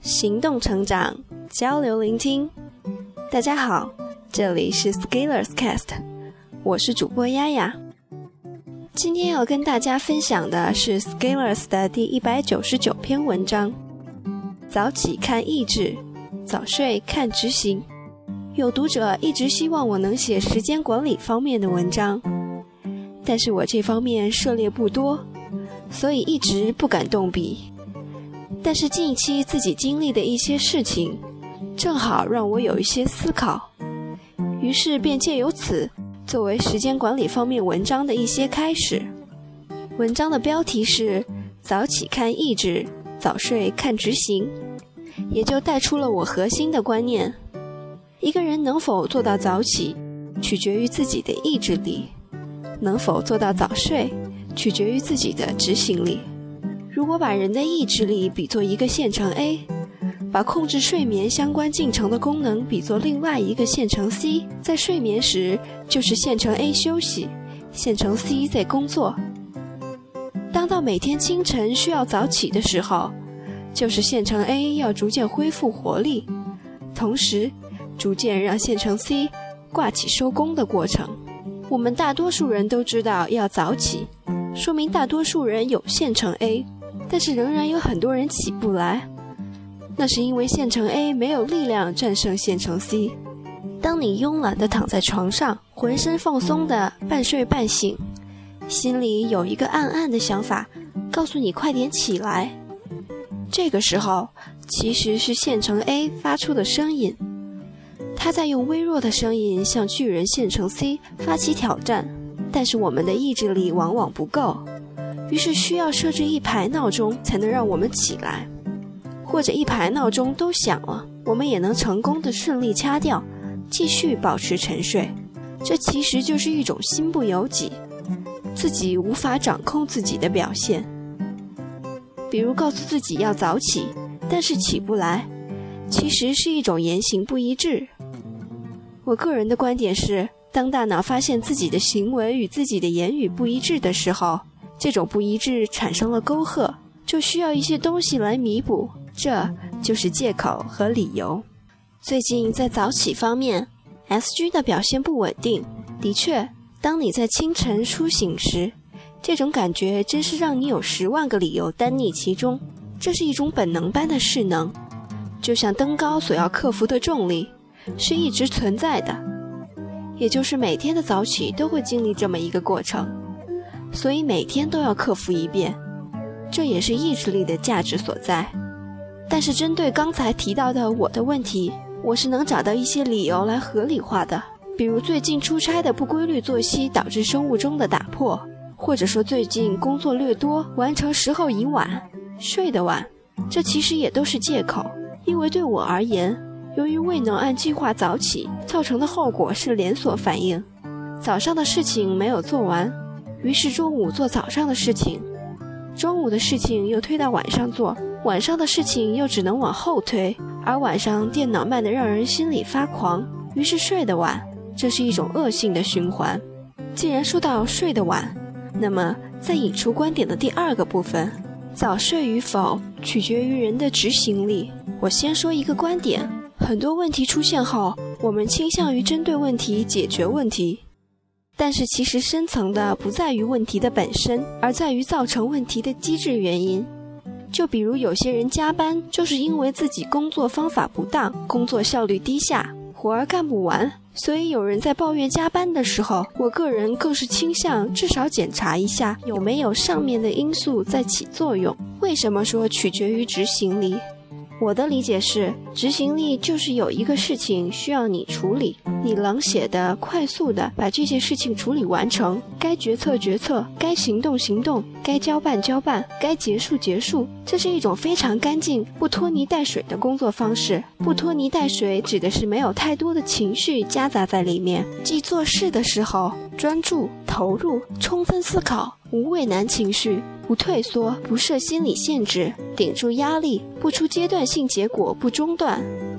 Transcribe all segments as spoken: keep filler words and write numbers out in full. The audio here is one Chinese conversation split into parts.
行动成长，交流聆听。大家好，这里是 Scalers Cast， 我是主播丫丫。今天要跟大家分享的是 Scalers 的第一百九十九篇文章，早起看意志，早睡看执行。有读者一直希望我能写时间管理方面的文章，但是我这方面涉猎不多，所以一直不敢动笔。但是近期自己经历的一些事情，正好让我有一些思考，于是便借由此作为时间管理方面文章的一些开始。文章的标题是早起看意志，早睡看执行，也就带出了我核心的观念。一个人能否做到早起，取决于自己的意志力；能否做到早睡，取决于自己的执行力。如果把人的意志力比作一个线程 A， 把控制睡眠相关进程的功能比作另外一个线程 C， 在睡眠时就是线程 A 休息，线程 C 在工作。当到每天清晨需要早起的时候，就是线程 A 要逐渐恢复活力，同时逐渐让线程 C 挂起收工的过程。我们大多数人都知道要早起，说明大多数人有线程 A， 但是仍然有很多人起不来，那是因为线程 A 没有力量战胜线程 C。 当你慵懒地躺在床上，浑身放松地半睡半醒，心里有一个暗暗的想法告诉你快点起来，这个时候其实是线程 A 发出的声音，他在用微弱的声音向巨人线程 C 发起挑战。但是我们的意志力往往不够，于是需要设置一排闹钟才能让我们起来，或者一排闹钟都响了，我们也能成功的顺利掐掉，继续保持沉睡。这其实就是一种心不由己，自己无法掌控自己的表现。比如告诉自己要早起，但是起不来，其实是一种言行不一致。我个人的观点是，当大脑发现自己的行为与自己的言语不一致的时候，这种不一致产生了沟壑，就需要一些东西来弥补，这就是借口和理由。最近在早起方面 S G 的表现不稳定，的确，当你在清晨初醒时，这种感觉真是让你有十万个理由单溺其中，这是一种本能般的势能，就像登高所要克服的重力是一直存在的，也就是每天的早起都会经历这么一个过程，所以每天都要克服一遍，这也是意志力的价值所在。但是针对刚才提到的我的问题，我是能找到一些理由来合理化的，比如最近出差的不规律作息导致生物钟的打破，或者说最近工作略多，完成时候已晚，睡得晚，这其实也都是借口。因为对我而言，由于未能按计划早起，造成的后果是连锁反应。早上的事情没有做完，于是中午做早上的事情，中午的事情又推到晚上做，晚上的事情又只能往后推，而晚上电脑慢得让人心里发狂，于是睡得晚，这是一种恶性的循环。既然说到睡得晚，那么再引出观点的第二个部分，早睡与否取决于人的执行力。我先说一个观点，很多问题出现后，我们倾向于针对问题解决问题，但是其实深层的不在于问题的本身，而在于造成问题的机制原因。就比如有些人加班，就是因为自己工作方法不当，工作效率低下，活儿干不完，所以有人在抱怨加班的时候，我个人更是倾向至少检查一下有没有上面的因素在起作用。为什么说取决于执行力？我的理解是，执行力就是有一个事情需要你处理，你冷血的、快速的把这些事情处理完成，该决策决策，该行动行动，该交办交办，该结束结束。这是一种非常干净、不拖泥带水的工作方式。不拖泥带水指的是没有太多的情绪夹杂在里面，即做事的时候专注、投入、充分思考，无畏难情绪，不退缩，不设心理限制，顶住压力，不出阶段性结果，不中断。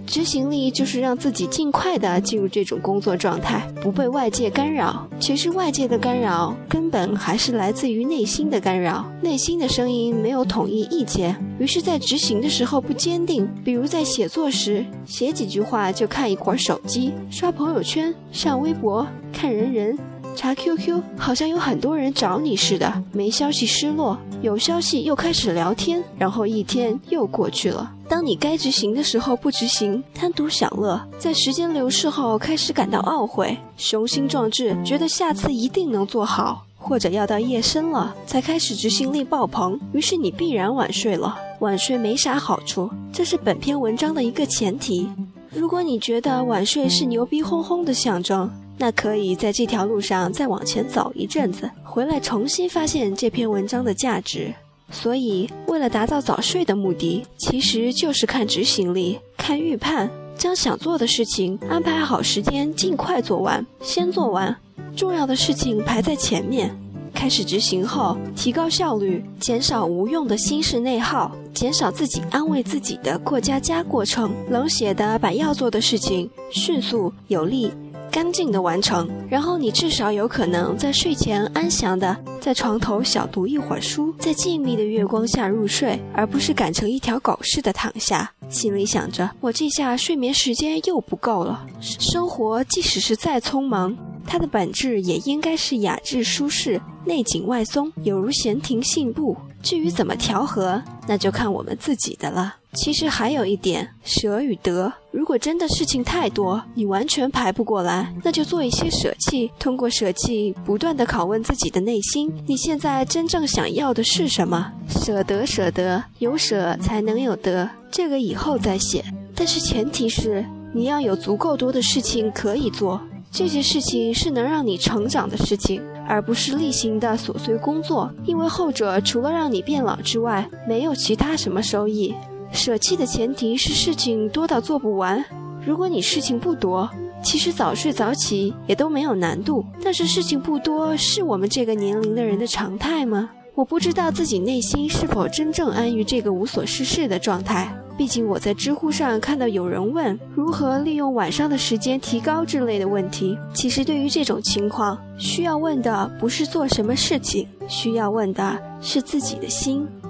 执行力就是让自己尽快的进入这种工作状态，不被外界干扰。其实外界的干扰根本还是来自于内心的干扰，内心的声音没有统一意见，于是在执行的时候不坚定。比如在写作时，写几句话就看一会儿手机，刷朋友圈，上微博，看人人，查 Q Q， 好像有很多人找你似的，没消息失落，有消息又开始聊天，然后一天又过去了。当你该执行的时候不执行，贪图享乐，在时间流逝后开始感到懊悔，雄心壮志，觉得下次一定能做好，或者要到夜深了才开始执行力爆棚，于是你必然晚睡了。晚睡没啥好处，这是本篇文章的一个前提。如果你觉得晚睡是牛逼哄哄的象征，那可以在这条路上再往前走一阵子，回来重新发现这篇文章的价值。所以为了达到早睡的目的，其实就是看执行力，看预判，将想做的事情安排好时间，尽快做完，先做完，重要的事情排在前面。开始执行后，提高效率，减少无用的心事内耗，减少自己安慰自己的过家家过程，冷血地把要做的事情迅速有力干净地完成，然后你至少有可能在睡前安详地在床头小读一会儿书，在静谧的月光下入睡，而不是赶成一条狗似的躺下，心里想着我这下睡眠时间又不够了。生活即使是再匆忙，它的本质也应该是雅致舒适，内紧外松，有如闲庭信步。至于怎么调和，那就看我们自己的了。其实还有一点，舍与得，如果真的事情太多，你完全排不过来，那就做一些舍弃，通过舍弃不断地拷问自己的内心，你现在真正想要的是什么？舍得舍得，有舍才能有得，这个以后再写，但是前提是你要有足够多的事情可以做，这些事情是能让你成长的事情，而不是例行的琐碎工作，因为后者除了让你变老之外，没有其他什么收益。舍弃的前提是事情多到做不完，如果你事情不多，其实早睡早起也都没有难度，但是事情不多是我们这个年龄的人的常态吗？我不知道自己内心是否真正安于这个无所事事的状态。毕竟我在知乎上看到有人问如何利用晚上的时间提高之类的问题，其实对于这种情况，需要问的不是做什么事情，需要问的是自己的心。